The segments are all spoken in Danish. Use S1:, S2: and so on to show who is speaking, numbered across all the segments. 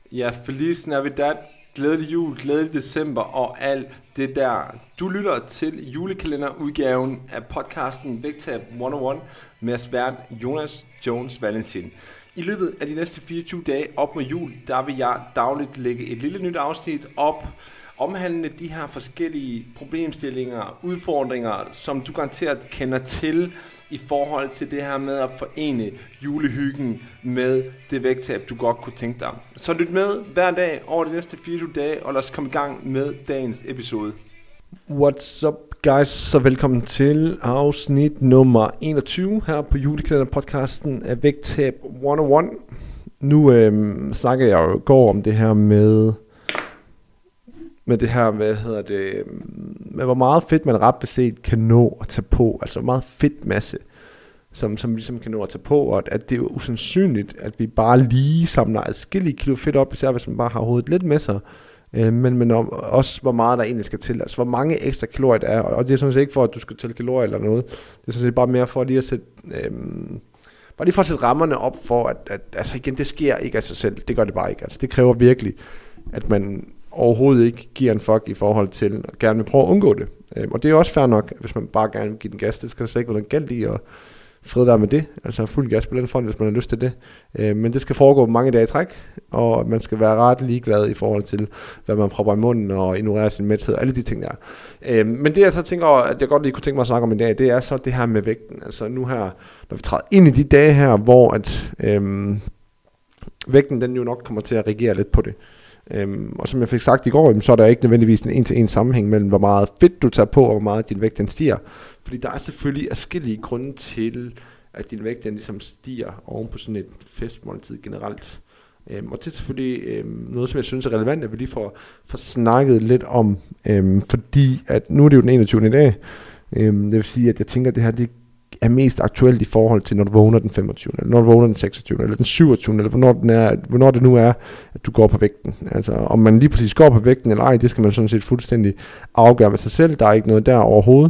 S1: Ja, Feliz Navidad, glædelig jul, glædelig december og alt det der. Du lytter til julekalenderudgaven af podcasten Vægtab 101 med vært Jonas Jones Valentin. I løbet af de næste 24 dage op mod jul, der vil jeg dagligt lægge et lille nyt afsnit op, omhandlende de her forskellige problemstillinger, udfordringer, som du garanteret kender til i forhold til det her med at forene julehyggen med det vægttab, du godt kunne tænke dig. Så lyt med hver dag over de næste 24 dage, og lad os komme i gang med dagens episode. What's up guys, så velkommen til afsnit nummer 21 her på julekalenderpodcasten af Vægtab 101. Nu snakker jeg jo i går om det her med det her, med hvor meget fedt man ret beset kan nå at tage på, altså hvor meget fedtmasse, som vi ligesom kan nå at tage på, og at det er usandsynligt, at vi bare lige samler adskillige kilo fedt op, især hvis man bare har hovedet lidt med sig, men også hvor meget der egentlig skal til, altså hvor mange ekstra kalorier der er, og det er sådan set ikke for, at du skal tælle kalorier eller noget, det er sådan set bare mere for lige at sætte, bare lige for at sætte rammerne op for, at altså igen, det sker ikke af sig selv, det gør det bare ikke, altså det kræver virkelig, at man overhovedet ikke giver en fuck i forhold til at gerne vil prøve at undgå det. Og det er også fair nok, hvis man bare gerne vil give den gas. Det skal der slet ikke være noget galt i, og fred være med det. Altså fuld gas på den front, hvis man har lyst til det. Men det skal foregå mange dage i træk, og man skal være ret ligeglad i forhold til, hvad man propper i munden og ignorerer sin mæthed og alle de ting der. Men det jeg så tænker, at jeg godt lige kunne tænke mig at snakke om i dag, det er så det her med vægten. Altså nu her, når vi træder ind i de dage her, hvor at vægten den jo nok kommer til at reagere lidt på det. Og som jeg fik sagt i går, så er der ikke nødvendigvis en til en sammenhæng mellem hvor meget fedt du tager på og hvor meget din vægt den stiger, fordi der er selvfølgelig forskellige grunde til at din vægt den ligesom stiger oven på sådan et festmåltid generelt, og det er selvfølgelig noget som jeg synes er relevant at vi lige får snakket lidt om, fordi at nu er det jo den 21. dag, det vil sige at jeg tænker at det her det er mest aktuelt i forhold til, når du vågner den 25. eller når du vågner den 26. eller den 27. eller hvornår det nu er, at du går på vægten. Altså, om man lige præcis går på vægten eller ej, det skal man sådan set fuldstændig afgøre med sig selv. Der er ikke noget der overhovedet.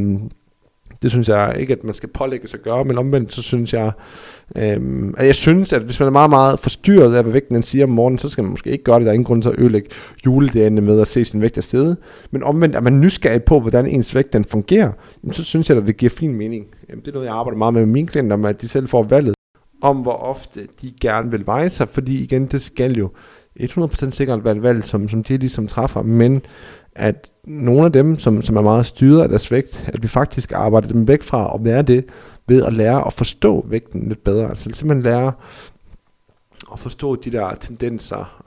S1: Det synes jeg ikke, at man skal pålægge sig at gøre, men omvendt så synes jeg, at jeg synes, at hvis man er meget, meget forstyrret af, hvad vægten den siger om morgenen, så skal man måske ikke gøre det. Der er ingen grund til at ødelægge juledagene med at se sin vægt afsted. Men omvendt er man nysgerrig på, hvordan ens vægt den fungerer, så synes jeg, at det giver fin mening. Det er noget, jeg arbejder meget med mine klienter, med at de selv får valget om, hvor ofte de gerne vil veje sig, fordi igen, det skal jo 100% sikkert være et valg, som de ligesom træffer, men at nogle af dem, som er meget styret af deres vægt, at vi faktisk arbejder dem væk fra at være det, ved at lære at forstå vægten lidt bedre. Altså simpelthen lære at forstå de der tendenser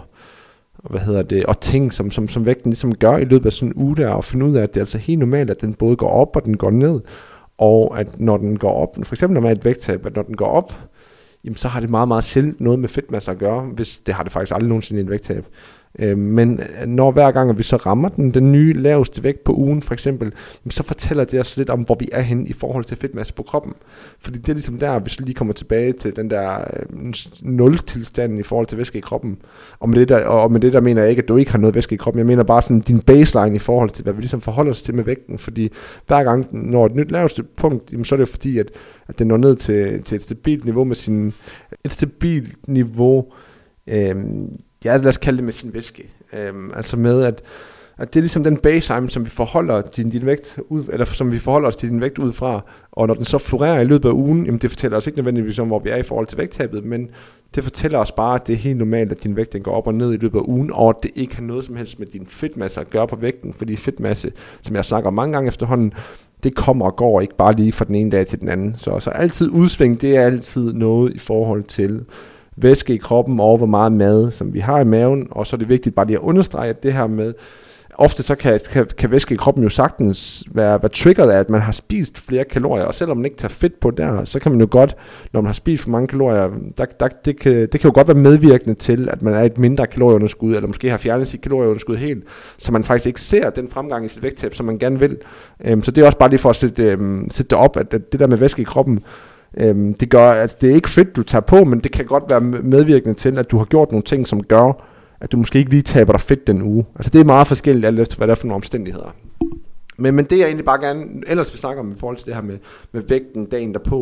S1: og ting, som vægten ligesom gør i løbet af sådan en uge der, og finde ud af, at det er altså helt normalt, at den både går op og den går ned, og at når den går op, for eksempel når man er et vægttab, at når den går op, jamen så har det meget, meget sjældent noget med fedtmasse at gøre, hvis det har det faktisk aldrig nogensinde i en vægttab. Men når hver gang vi så rammer den nye laveste vægt på ugen for eksempel, så fortæller det os lidt om hvor vi er henne i forhold til fedtmasse på kroppen, fordi det er ligesom der hvis vi lige kommer tilbage til den der nul-tilstanden i forhold til væske i kroppen, og med det der mener jeg ikke at du ikke har noget væske i kroppen, jeg mener bare sådan din baseline i forhold til hvad vi ligesom forholder os til med vægten, fordi hver gang når et nyt laveste punkt, så er det jo fordi at den når ned til et stabilt niveau med et stabilt niveau. Ja, lad os kalde det med sin væske. Altså med, at det er ligesom den baseline, som vi forholder din vægt ud, eller som vi forholder os til din vægt ud fra, og når den så florerer i løbet af ugen, jamen det fortæller os ikke nødvendigvis om, hvor vi er i forhold til vægttabet, men det fortæller os bare, at det er helt normalt, at din vægt den går op og ned i løbet af ugen, og at det ikke har noget som helst med din fedtmasse at gøre på vægten, fordi fedtmasse, som jeg snakker mange gange efterhånden, det kommer og går ikke bare lige fra den ene dag til den anden. Så altid udsving, det er altid noget i forhold til væske i kroppen og hvor meget mad, som vi har i maven, og så er det vigtigt bare lige at understrege, at det her med, ofte så kan væske i kroppen jo sagtens være triggeret af, at man har spist flere kalorier, og selvom man ikke tager fedt på der, så kan man jo godt, når man har spist for mange kalorier, det kan jo godt være medvirkende til, at man er et mindre kalorieunderskud, eller måske har fjernet sit kalorieunderskud helt, så man faktisk ikke ser den fremgang i sit vægttab, som man gerne vil. Så det er også bare lige for at sætte det op, at det der med væske i kroppen, det gør, at det er ikke fedt, du tager på, men det kan godt være medvirkende til, at du har gjort nogle ting, som gør, at du måske ikke lige taber dig fedt den uge. Altså det er meget forskelligt, alt efter hvad der er for nogle omstændigheder. Men det jeg egentlig bare gerne ellers vil snakke om i forhold til det her med vægten dagen derpå,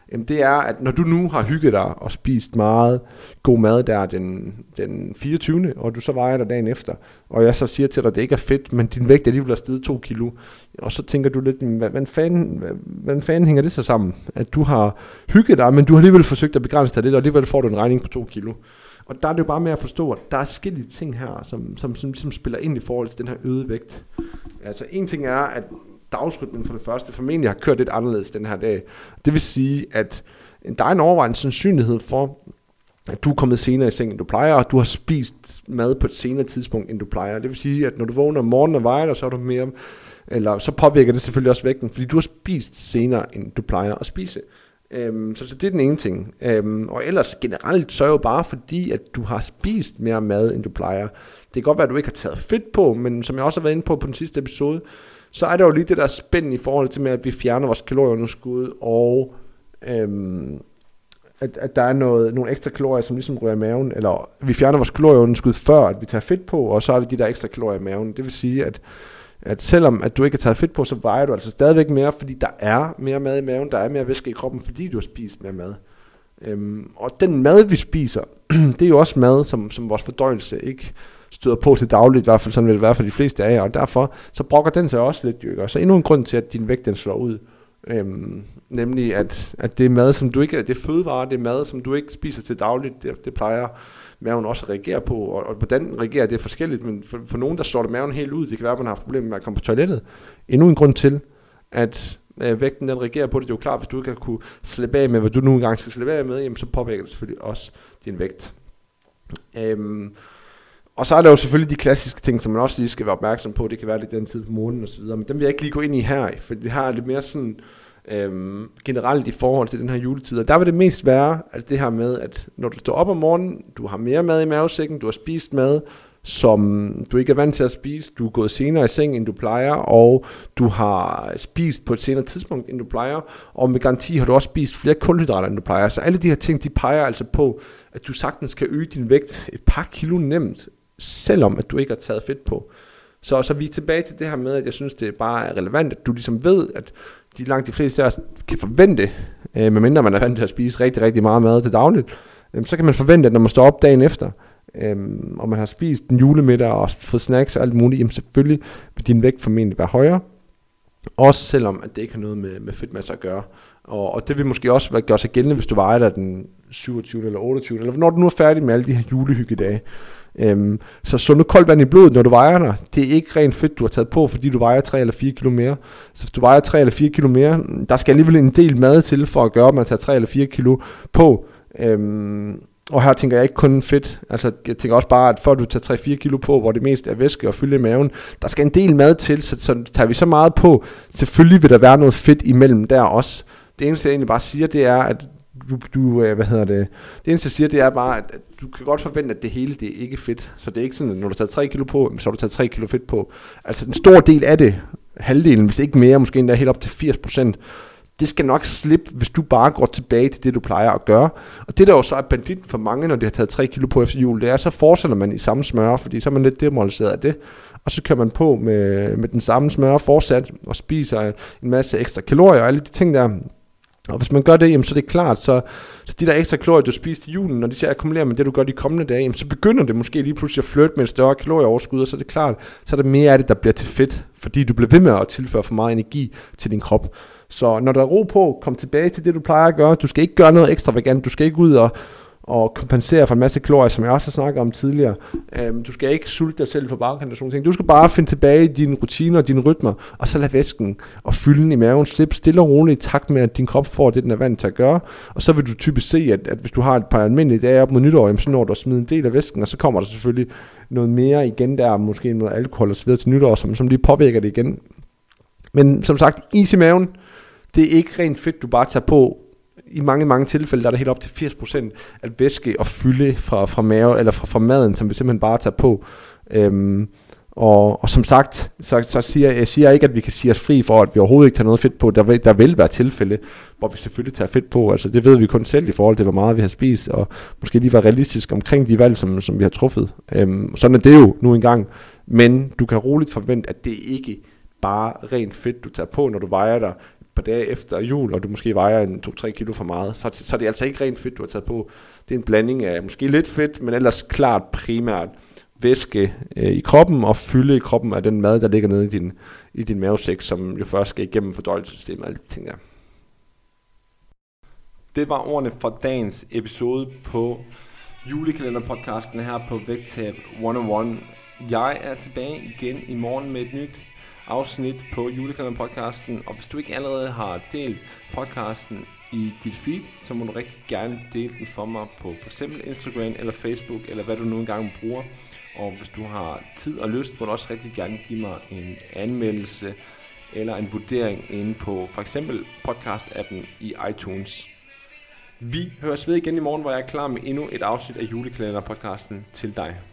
S1: det er, at når du nu har hygget dig og spist meget god mad der den 24. og du så vejer dig dagen efter, og jeg så siger til dig, at det ikke er fedt, men din vægt alligevel er steget 2 kilo, og så tænker du lidt, hvad fanden hænger det så sammen? At du har hygget dig, men du har alligevel forsøgt at begrænse dig lidt, og alligevel får du en regning på 2 kilo. Og der er det jo bare med at forstå, at der er forskellige ting her, som spiller ind i forhold til den her øgede vægt. Altså en ting er, at dagsrytmen for det første formentlig har kørt lidt anderledes den her dag. Det vil sige, at der er en overvejende sandsynlighed for, at du er kommet senere i seng, end du plejer, og du har spist mad på et senere tidspunkt, end du plejer. Det vil sige, at når du vågner om morgenen og vejer dig, så er du mere, eller så påvirker det selvfølgelig også vægten, fordi du har spist senere, end du plejer at spise. Så det er den ene ting. Og ellers generelt, så er jo bare fordi, at du har spist mere mad, end du plejer. Det kan godt være, at du ikke har taget fedt på, men som jeg også har været inde på den sidste episode, så er der jo lige det der spænd i forhold til med, at vi fjerner vores kalorieunderskud, og at der er nogle ekstra kalorier, som ligesom rører i maven, eller vi fjerner vores kalorieunderskud før, at vi tager fedt på, og så er det de der ekstra kalorier i maven. Det vil sige, at selvom at du ikke har taget fedt på, så vejer du altså stadigvæk mere, fordi der er mere mad i maven, der er mere væske i kroppen, fordi du har spist mere mad. Og den mad, vi spiser, det er jo også mad, som vores fordøjelse ikke støder på til dagligt, i hvert fald sådan vil det være for de fleste af jer, og derfor så brokker den sig også lidt, jo. Så endnu en grund til, at din vægt den slår ud, nemlig at det er mad, som du ikke, det er fødevarer, det er mad, som du ikke spiser til dagligt, det plejer maven også at reagere på, og hvordan reagerer det forskelligt, men for nogen, der slår det maven helt ud, det kan være, at man har problemer med at komme på toilettet. Endnu en grund til, at vægten den reagerer på det, det er jo klart, hvis du ikke har kunne slippe af med, hvad du nu engang skal slippe af med, jamen, så påvirker det selvfølgelig også din vægt. Og så er der jo selvfølgelig de klassiske ting, som man også lige skal være opmærksom på. Det kan være lidt den tid på måneden og så videre, men dem vil jeg ikke lige gå ind i her, for det her er lidt mere sådan generelt i forhold til den her juletid. Og der vil det mest være altså det her med, at når du står op om morgenen, du har mere mad i mavesækken, du har spist mad, som du ikke er vant til at spise, du er gået senere i seng, end du plejer, og du har spist på et senere tidspunkt, end du plejer, og med garanti har du også spist flere kulhydrater, end du plejer. Så alle de her ting, de peger altså på, at du sagtens kan øge din vægt et par kilo nemt, selvom at du ikke har taget fedt på. Så vi er tilbage til det her med, at jeg synes, det bare er relevant, at du ligesom ved, at langt de fleste af os kan forvente, medmindre man er vant til at spise rigtig, rigtig meget mad til dagligt, så kan man forvente, at når man står op dagen efter, og man har spist en julemiddag og fået snacks og alt muligt, jamen selvfølgelig vil din vægt formentlig være højere, også selvom at det ikke har noget med fedtmasse at gøre. Og det vil måske også gøre sig gældende, hvis du vejer dig den 27. eller 28. eller når du nu er færdig med alle de her julehyggedage. Så nu koldt vand i blodet, når du vejer dig, det er ikke rent fedt, du har taget på, fordi du vejer 3 eller 4 kilo mere. Så hvis du vejer 3 eller 4 kilo mere, der skal alligevel en del mad til, for at gøre, at man tager 3 eller 4 kilo på. Og her tænker jeg ikke kun fedt, altså jeg tænker også bare, at før du tager 3-4 kilo på, hvor det mest er væske og fylde i maven, der skal en del mad til, så tager vi så meget på, selvfølgelig vil der være noget fedt imellem der også. Det eneste jeg egentlig bare siger, det er, at det eneste jeg siger, det er bare, at du kan godt forvente, at det hele, det er ikke fedt. Så det er ikke sådan, at når du tager 3 kilo på, så har du taget 3 kilo fedt på. Altså en stor del af det, halvdelen, hvis ikke mere, måske endda helt op til 80%, det skal nok slippe, hvis du bare går tilbage til det, du plejer at gøre. Og det der jo så er banditten for mange, når de har taget 3 kilo på efter jul, det er, så fortsætter man i samme smør, fordi så er man lidt demoraliseret af det. Og så kører man på med den samme smør fortsat, og spiser en masse ekstra kalorier og alle de ting der. Og hvis man gør det, jamen, så er det klart, så de der ekstra kalorier, du spiser i julen, når de så akkumulerer med det, du gør de kommende dage, jamen, så begynder det måske lige pludselig at flytte med et større kalorieoverskud, og så er det klart, så er der mere af det, der bliver til fedt, fordi du bliver ved med at tilføre for meget energi til din krop. Så når der er ro på, kom tilbage til det, du plejer at gøre. Du skal ikke gøre noget ekstravagant, du skal ikke ud og kompensere for en masse kalorier, som jeg også har snakket om tidligere. Du skal ikke sulte dig selv for bagkant og sådan ting. Du skal bare finde tilbage i dine rutiner og dine rytmer, og så lade væsken og fylden i maven slippe stille og roligt i takt med, at din krop får det, den er vant til at gøre. Og så vil du typisk se, at hvis du har et par almindelige dage op mod nytår, jamen, så når du at smide en del af væsken, og så kommer der selvfølgelig noget mere igen der, måske noget alkohol og så videre til nytår, som lige påvirker det igen. Men som sagt, is i maven, det er ikke rent fedt, du bare tager på. I mange tilfælde, der er det helt op til 80% af væske og fylde fra mave, eller fra maden, som vi simpelthen bare tager på. Og som sagt, så siger jeg ikke, at vi kan sige os fri for, at vi overhovedet ikke tager noget fedt på. Der vil være tilfælde, hvor vi selvfølgelig tager fedt på. Altså det ved vi kun selv i forhold til, hvor meget vi har spist, og måske lige være realistisk omkring de valg, som vi har truffet. Sådan er det jo nu engang. Men du kan roligt forvente, at det ikke bare rent fedt, du tager på, når du vejer dig par dage efter jul, og du måske vejer en 2-3 kilo for meget, så er det altså ikke rent fedt, du har taget på. Det er en blanding af måske lidt fedt, men ellers klart primært væske i kroppen og fylde i kroppen af den mad, der ligger nede i din mavesæk, som jo først skal igennem fordøjelsessystemet og alle de ting der. Det var ordene for dagens episode på julekalenderpodcasten her på Vægttab 101. Jeg er tilbage igen i morgen med et nyt afsnit på julekalenderpodcasten, og hvis du ikke allerede har delt podcasten i dit feed, så må du rigtig gerne dele den for mig på f.eks. Instagram eller Facebook, eller hvad du nu engang bruger. Og hvis du har tid og lyst, må du også rigtig gerne give mig en anmeldelse eller en vurdering inde på f.eks. podcast-appen i iTunes. Vi høres ved igen i morgen, hvor jeg er klar med endnu et afsnit af julekalenderpodcasten til dig.